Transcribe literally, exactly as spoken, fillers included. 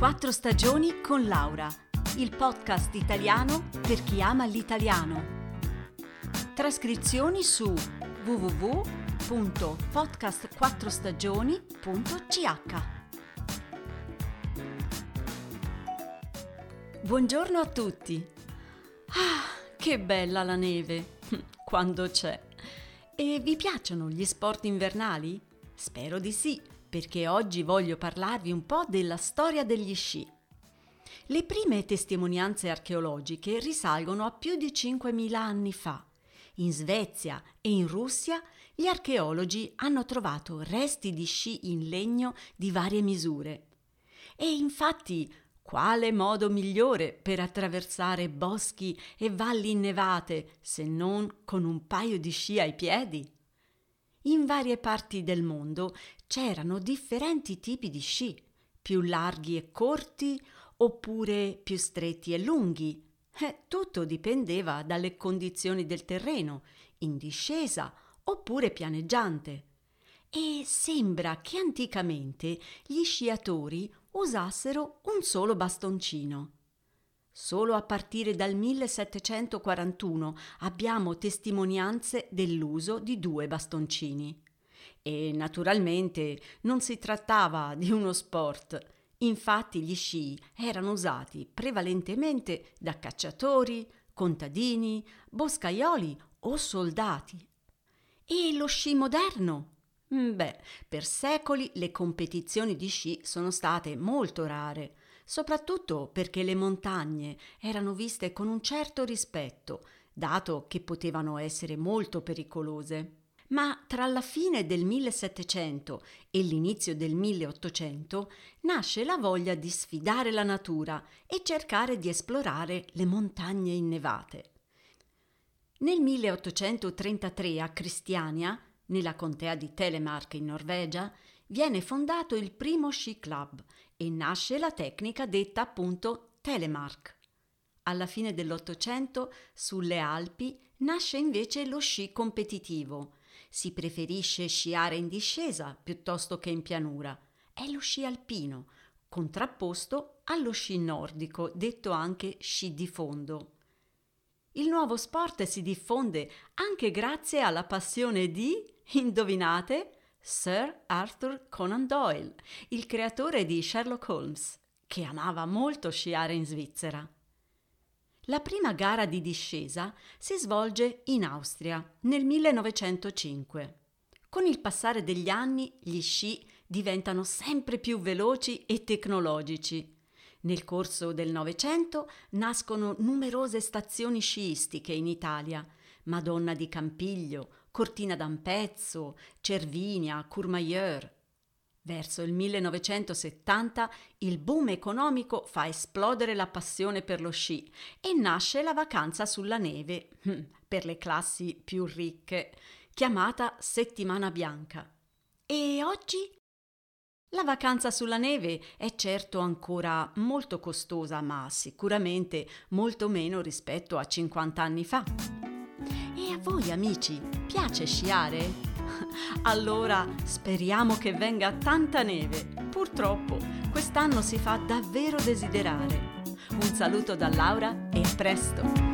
Quattro stagioni con Laura, il podcast italiano per chi ama l'italiano. Trascrizioni su w w w punto podcast quattro stagioni punto c h. Buongiorno a tutti. Ah, che bella la neve, quando c'è. E vi piacciono gli sport invernali? Spero di sì, perché oggi voglio parlarvi un po' della storia degli sci. Le prime testimonianze archeologiche risalgono a più di cinquemila anni fa. In Svezia e in Russia gli archeologi hanno trovato resti di sci in legno di varie misure. E infatti, quale modo migliore per attraversare boschi e valli innevate se non con un paio di sci ai piedi? In varie parti del mondo c'erano differenti tipi di sci, più larghi e corti oppure più stretti e lunghi. Eh, tutto dipendeva dalle condizioni del terreno, in discesa oppure pianeggiante. E sembra che anticamente gli sciatori usassero un solo bastoncino. Solo a partire dal millesettecentoquarantuno abbiamo testimonianze dell'uso di due bastoncini. E naturalmente non si trattava di uno sport. Infatti gli sci erano usati prevalentemente da cacciatori, contadini, boscaioli o soldati. E lo sci moderno? Beh, per secoli le competizioni di sci sono state molto rare, soprattutto perché le montagne erano viste con un certo rispetto, dato che potevano essere molto pericolose. Ma tra la fine del millesettecento e l'inizio del milleottocento nasce la voglia di sfidare la natura e cercare di esplorare le montagne innevate. Nel milleottocentotrentatré a Kristiania, nella contea di Telemark in Norvegia, viene fondato il primo sci club e nasce la tecnica detta appunto Telemark. Alla fine dell'Ottocento, sulle Alpi, nasce invece lo sci competitivo. Si preferisce sciare in discesa piuttosto che in pianura. È lo sci alpino, contrapposto allo sci nordico, detto anche sci di fondo. Il nuovo sport si diffonde anche grazie alla passione di, indovinate, Sir Arthur Conan Doyle, il creatore di Sherlock Holmes, che amava molto sciare in Svizzera. La prima gara di discesa si svolge in Austria nel millenovecentocinque. Con il passare degli anni gli sci diventano sempre più veloci e tecnologici. Nel corso del Novecento nascono numerose stazioni sciistiche in Italia: Madonna di Campiglio, Cortina d'Ampezzo, Cervinia, Courmayeur. Verso il millenovecentosettanta il boom economico fa esplodere la passione per lo sci e nasce la vacanza sulla neve, per le classi più ricche, chiamata Settimana Bianca. E oggi? La vacanza sulla neve è certo ancora molto costosa, ma sicuramente molto meno rispetto a cinquanta anni fa. E a voi, amici, piace sciare? Allora speriamo che venga tanta neve. Purtroppo quest'anno si fa davvero desiderare. Un saluto da Laura e a presto!